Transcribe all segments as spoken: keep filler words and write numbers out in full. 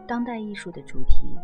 当代艺术的主题：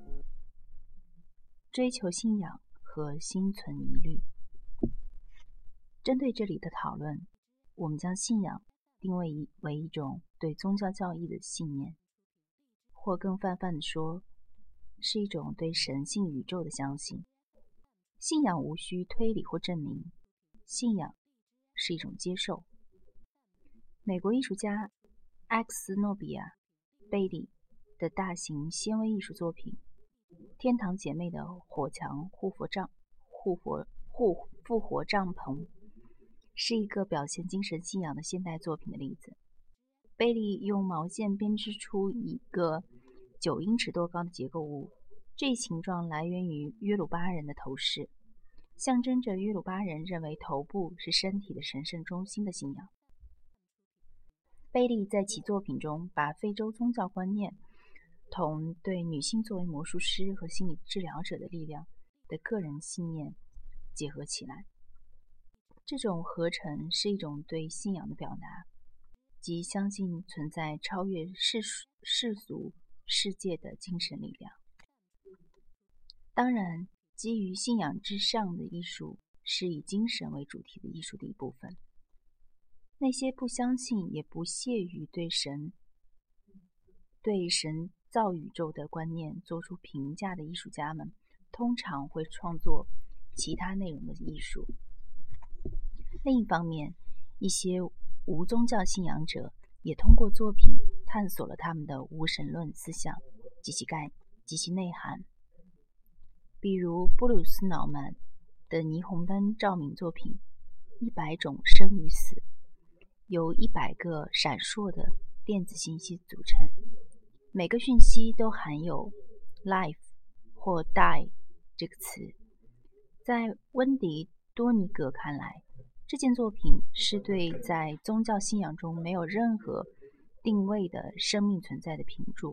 追求信仰和心存疑虑。针对这里的讨论，我们将信仰定位为一种对宗教教义的信念，或更泛泛地说，是一种对神性宇宙的相信。信仰无需推理或证明，信仰是一种接受。美国艺术家埃克斯诺比亚·贝利的大型纤维艺术作品《天堂姐妹的火墙护佛帐护佛护复活帐篷》是一个表现精神信仰的现代作品的例子。贝利用毛线编织出一个九英尺多高的结构物，这一形状来源于约鲁巴人的头饰，象征着约鲁巴人认为头部是身体的神圣中心的信仰。贝利在其作品中把非洲宗教观念同对女性作为魔术师和心理治疗者的力量的个人信念结合起来。这种合成是一种对信仰的表达，即相信存在超越世世俗世界的精神力量。当然，基于信仰之上的艺术是以精神为主题的艺术的一部分。那些不相信也不屑于对神对神造宇宙的观念做出评价的艺术家们，通常会创作其他内容的艺术。另一方面，一些无宗教信仰者也通过作品探索了他们的无神论思想及其概及其内涵。比如布鲁斯·瑙曼的霓虹灯照明作品《一百种生与死》，由一百个闪烁的电子信息组成，每个讯息都含有 life 或 die 这个词。在温迪·多尼格看来，这件作品是对在宗教信仰中没有任何定位的生命存在的评注。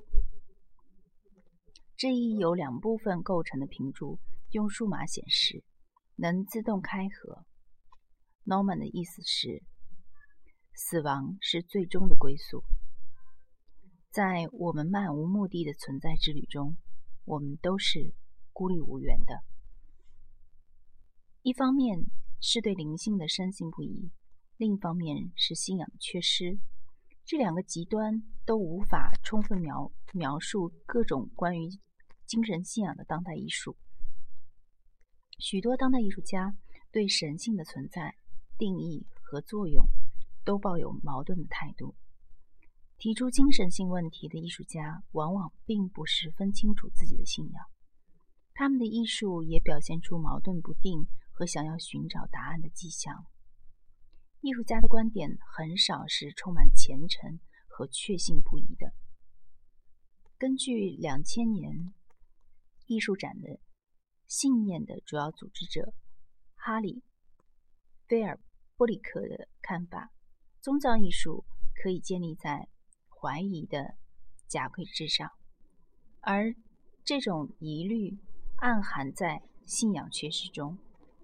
这一由两部分构成的评注用数码显示，能自动开合。Norman 的意思是，死亡是最终的归宿。在我们漫无目的的存在之旅中，我们都是孤立无援的。一方面是对灵性的深信不疑，另一方面是信仰的缺失。这两个极端都无法充分描描述各种关于精神信仰的当代艺术。许多当代艺术家对神性的存在、定义和作用都抱有矛盾的态度。提出精神性问题的艺术家往往并不十分清楚自己的信仰，他们的艺术也表现出矛盾不定和想要寻找答案的迹象。艺术家的观点很少是充满虔诚和确信不疑的。根据两千年艺术展的信念的主要组织者哈里·菲尔波里克的看法，宗教艺术可以建立在怀疑的假窥之上，而这种疑虑暗含在信仰缺失中。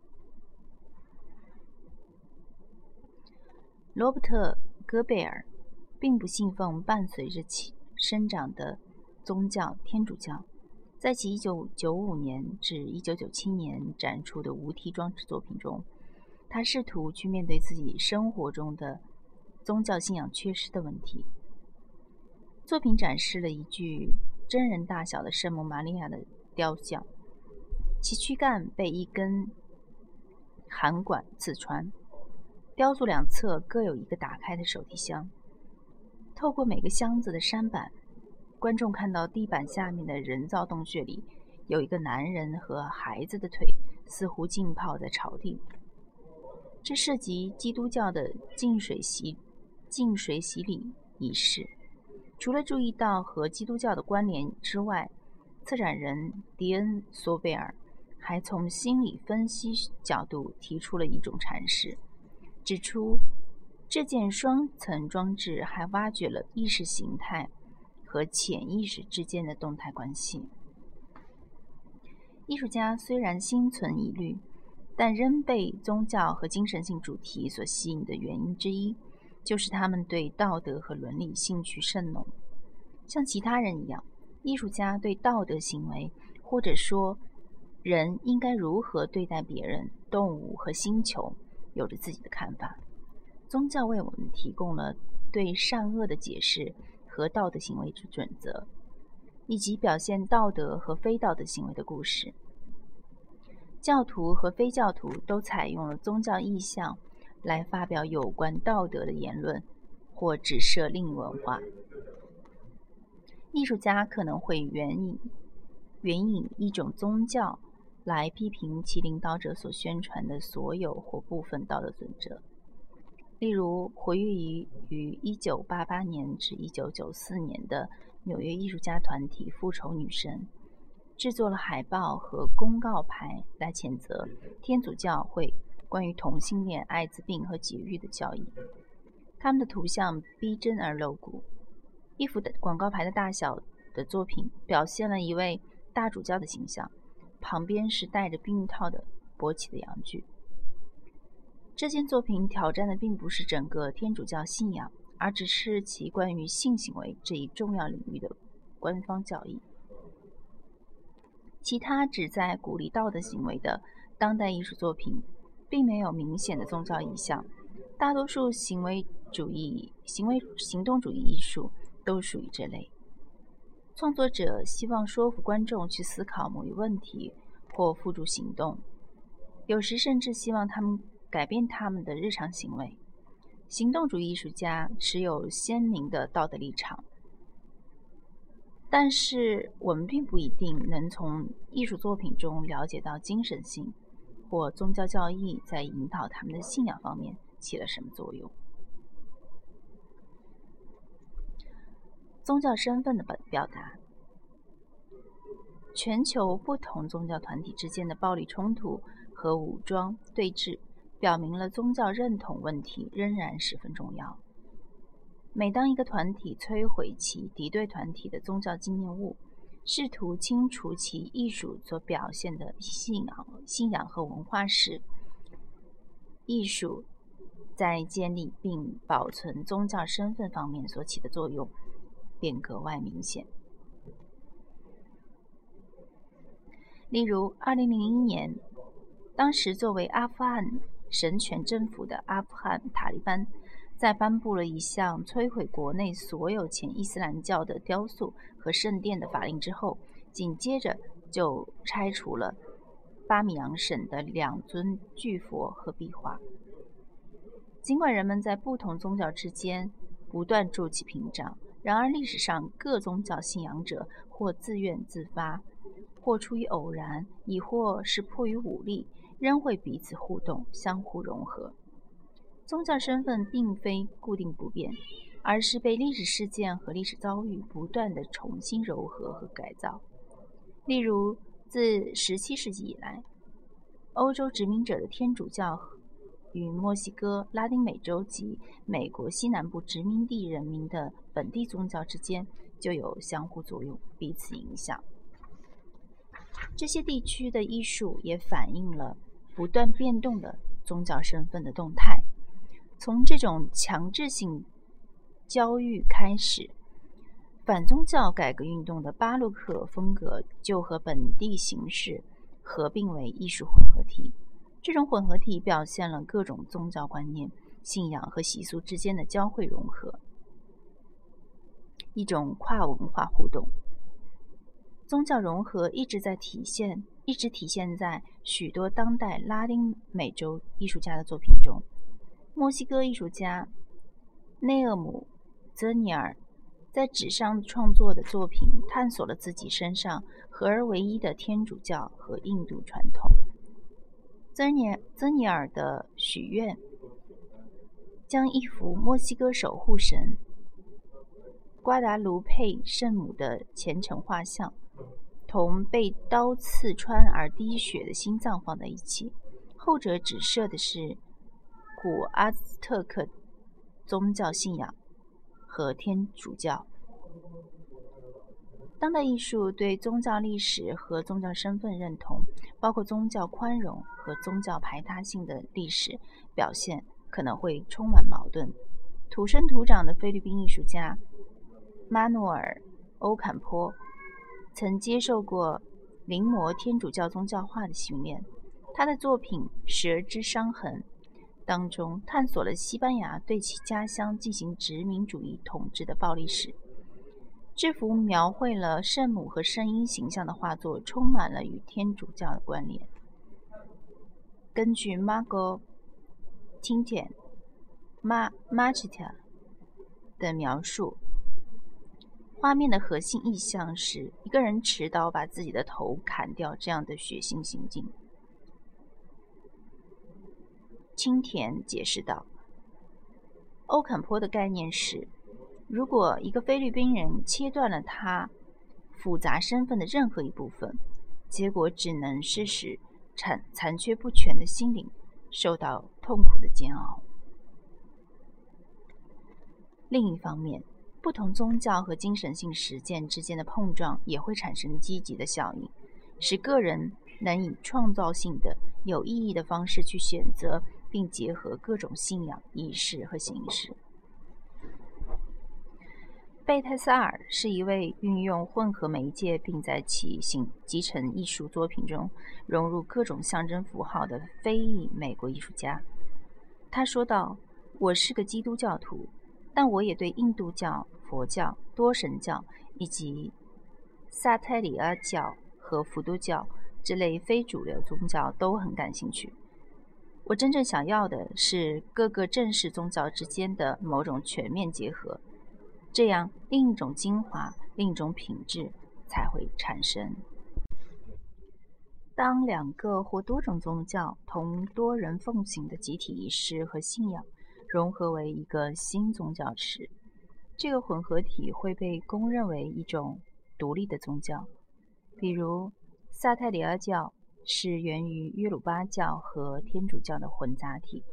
罗伯特·戈贝尔并不信奉伴随着其生长的宗教天主教。在其一九九五年至一九九七年展出的无题装置作品中，他试图去面对自己生活中的宗教信仰缺失的问题。作品展示了一具真人大小的圣母玛利亚的雕像，其躯干被一根函管刺穿，雕塑两侧各有一个打开的手提箱。透过每个箱子的山板，观众看到地板下面的人造洞穴里有一个男人和孩子的腿似乎浸泡在草地。这涉及基督教的浸水洗浸水洗礼仪式。除了注意到和基督教的关联之外，策展人迪恩·索贝尔还从心理分析角度提出了一种阐释，指出这件双层装置还挖掘了意识形态和潜意识之间的动态关系。艺术家虽然心存疑虑，但仍被宗教和精神性主题所吸引的原因之一，就是他们对道德和伦理兴趣甚浓。像其他人一样， 艺术家对道德行为，或者说人应该如何对待别人、动物和星球，有着自己的看法。宗教为我们提供了对善恶的解释和道德行为之准则，以及表现道德和非道德行为的故事。教徒和非教徒都采用了宗教意象来发表有关道德的言论，或指涉另一文化。艺术家可能会援引援引一种宗教来批评其领导者所宣传的所有或部分道德准则。例如，活跃于于一九八八年至一九九四年的纽约艺术家团体复仇女神，制作了海报和公告牌来谴责天主教会关于同性恋、艾滋病和节育的教义。他们的图像逼真而露骨，一幅的广告牌的大小的作品表现了一位大主教的形象，旁边是戴着避孕套的勃起的阳具。这件作品挑战的并不是整个天主教信仰，而只是其关于性行为这一重要领域的官方教义。其他旨在鼓励道德行为的当代艺术作品并没有明显的宗教意象，大多数行为主义、行为行动主义艺术都属于这类。创作者希望说服观众去思考某一问题或付诸行动，有时甚至希望他们改变他们的日常行为。行动主义艺术家持有鲜明的道德立场，但是我们并不一定能从艺术作品中了解到精神性或宗教教义在引导他们的信仰方面起了什么作用。宗教身份的表达，全球不同宗教团体之间的暴力冲突和武装对峙表明了宗教认同问题仍然十分重要。每当一个团体摧毁其敌对团体的宗教纪念物，试图清除其艺术所表现的信仰、信仰和文化时，艺术在建立并保存宗教身份方面所起的作用便格外明显。例如二零零一年，当时作为阿富汗神权政府的阿富汗塔利班在颁布了一项摧毁国内所有前伊斯兰教的雕塑和圣殿的法令之后，紧接着就拆除了巴米扬省的两尊巨佛和壁画。尽管人们在不同宗教之间不断筑起屏障，然而历史上各宗教信仰者或自愿自发，或出于偶然，亦或是迫于武力，仍会彼此互动，相互融合。宗教身份并非固定不变，而是被历史事件和历史遭遇不断地重新糅合和改造。例如，自十七世纪以来，欧洲殖民者的天主教与墨西哥、拉丁美洲及美国西南部殖民地人民的本地宗教之间就有相互作用，彼此影响。这些地区的艺术也反映了不断变动的宗教身份的动态。从这种强制性教育开始，反宗教改革运动的巴洛克风格就和本地形式合并为艺术混合体。这种混合体表现了各种宗教观念、信仰和习俗之间的交汇融合，一种跨文化互动。宗教融合一直在体现，一直体现在许多当代拉丁美洲艺术家的作品中。墨西哥艺术家内厄姆·泽尼尔在纸上创作的作品探索了自己身上合而为一的天主教和印度传统。泽尼泽尼尔的许愿将一幅墨西哥守护神瓜达卢佩圣母的虔诚画像同被刀刺穿而滴血的心脏放在一起，后者指涉的是古阿兹特克宗教信仰和天主教。当代艺术对宗教历史和宗教身份认同，包括宗教宽容和宗教排他性的历史表现，可能会充满矛盾。土生土长的菲律宾艺术家马努尔·欧坎坡曾接受过临摹天主教宗教画的训练。他的作品《蛇之伤痕》当中探索了西班牙对其家乡进行殖民主义统治的暴力史。这幅描绘了圣母和圣婴形象的画作充满了与天主教的关联。根据 Margot Tintin Machita 的描述，画面的核心意象是一个人持刀把自己的头砍掉这样的血腥行径。青田解释道，欧坎坡的概念是，如果一个菲律宾人切断了他复杂身份的任何一部分，结果只能是使残残缺不全的心灵受到痛苦的煎熬。另一方面，不同宗教和精神性实践之间的碰撞也会产生积极的效应，使个人能以创造性的、有意义的方式去选择并结合各种信仰、仪式和形式。贝泰萨尔是一位运用混合媒介并在其形集成艺术作品中融入各种象征符号的非裔美国艺术家。他说道：“我是个基督教徒，但我也对印度教、佛教、多神教以及萨泰里阿教和伏都教这类非主流宗教都很感兴趣。我真正想要的是各个正式宗教之间的某种全面结合，这样另一种精华、另一种品质才会产生。当两个或多种宗教同多人奉行的集体仪式和信仰融合为一个新宗教时，这个混合体会被公认为一种独立的宗教。比如萨泰里阿教是源于约鲁巴教和天主教的混杂体。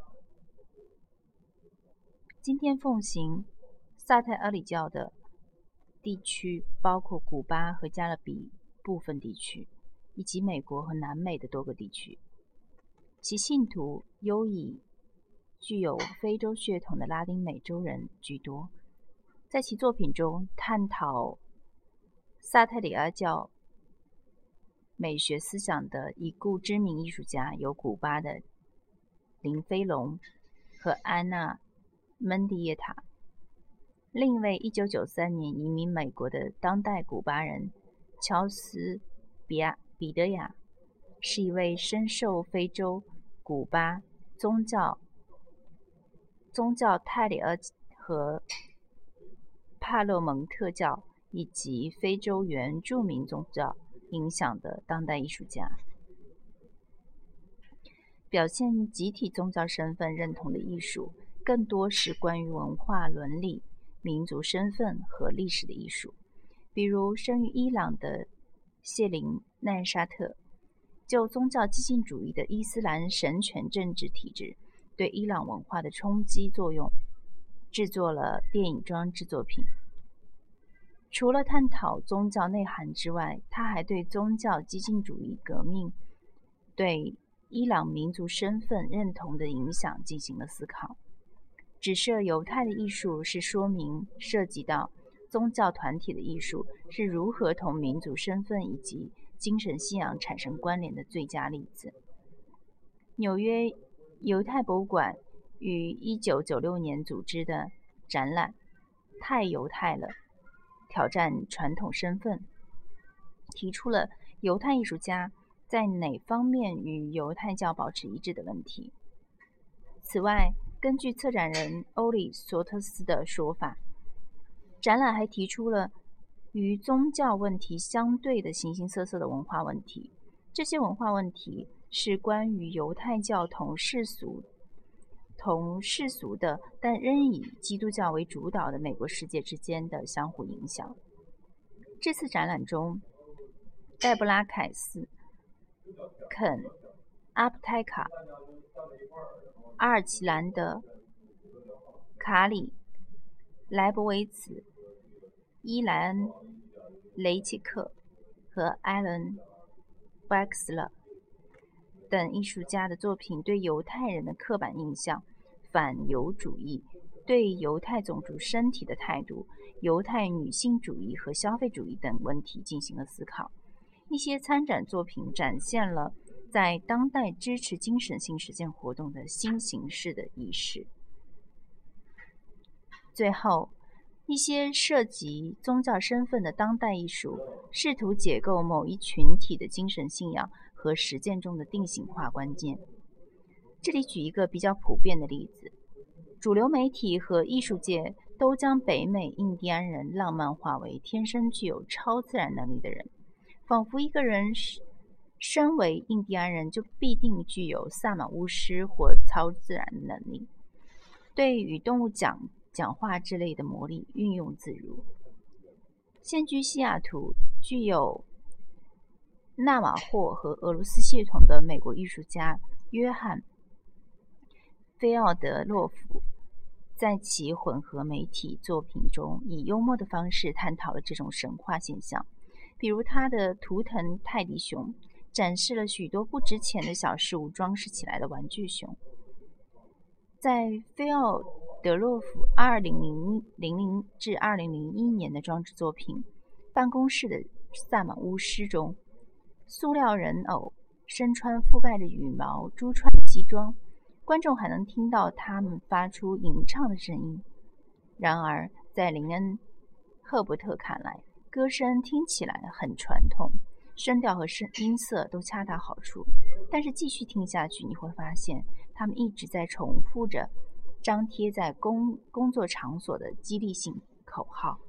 今天奉行萨泰尔里教的地区包括古巴和加勒比部分地区，以及美国和南美的多个地区。其信徒尤以具有非洲血统的拉丁美洲人居多。在其作品中探讨萨泰里阿教美学思想的已故知名艺术家有古巴的林飞龙和安娜门迪耶塔。另一位一九九三年移民美国的当代古巴人乔斯比亚彼得亚是一位深受非洲、古巴宗教宗教泰里尔和帕洛蒙特教以及非洲原住民宗教影响的当代艺术家。表现集体宗教身份认同的艺术更多是关于文化伦理、民族身份和历史的艺术。比如生于伊朗的谢林奈沙特就宗教激进主义的伊斯兰神权政治体制对伊朗文化的冲击作用制作了电影装置作品。除了探讨宗教内涵之外，他还对宗教激进主义革命对伊朗民族身份认同的影响进行了思考。指涉犹太的艺术是说明涉及到宗教团体的艺术是如何同民族身份以及精神信仰产生关联的最佳例子。纽约犹太博物馆于一九九六年组织的展览《太犹太了：挑战传统身份》提出了犹太艺术家在哪方面与犹太教保持一致的问题。此外，根据策展人欧里索特斯的说法，展览还提出了与宗教问题相对的形形色色的文化问题。这些文化问题是关于犹太教同世俗同世俗的但仍以基督教为主导的美国世界之间的相互影响。这次展览中，黛布拉·凯斯、肯·阿普泰卡、阿尔奇兰德、卡里、莱博维茨、伊莱恩、雷奇克和艾伦·巴克斯勒等艺术家的作品对犹太人的刻板印象、反犹主义、 对犹太种族身体的态度、犹太女性主义和消费主义等问题进行了思考。一些参展作品展现了在当代支持精神性实践活动的新形式的意识。最后，一些涉及宗教身份的当代艺术试图解构某一群体的精神信仰和实践中的定型化关键。这里举一个比较普遍的例子，主流媒体和艺术界都将北美印第安人浪漫化为天生具有超自然能力的人，仿佛一个人身为印第安人就必定具有萨满巫师或超自然的能力，对与动物讲讲话之类的魔力运用自如。现居西雅图、具有纳瓦霍和俄罗斯血统的美国艺术家约翰·菲奥德洛夫在其混合媒体作品中以幽默的方式探讨了这种神话现象。比如他的图腾泰迪熊展示了许多不值钱的小事物装饰起来的玩具熊。在菲奥德洛夫二零零零至二零零一年的装置作品《办公室的萨满巫师》中，塑料人偶身穿覆盖着羽毛珠串的西装，观众还能听到他们发出吟唱的声音。然而在林恩·赫伯特看来，歌声听起来很传统，声调和声音色都恰到好处，但是继续听下去，你会发现他们一直在重复着张贴在工工作场所的激励性口号。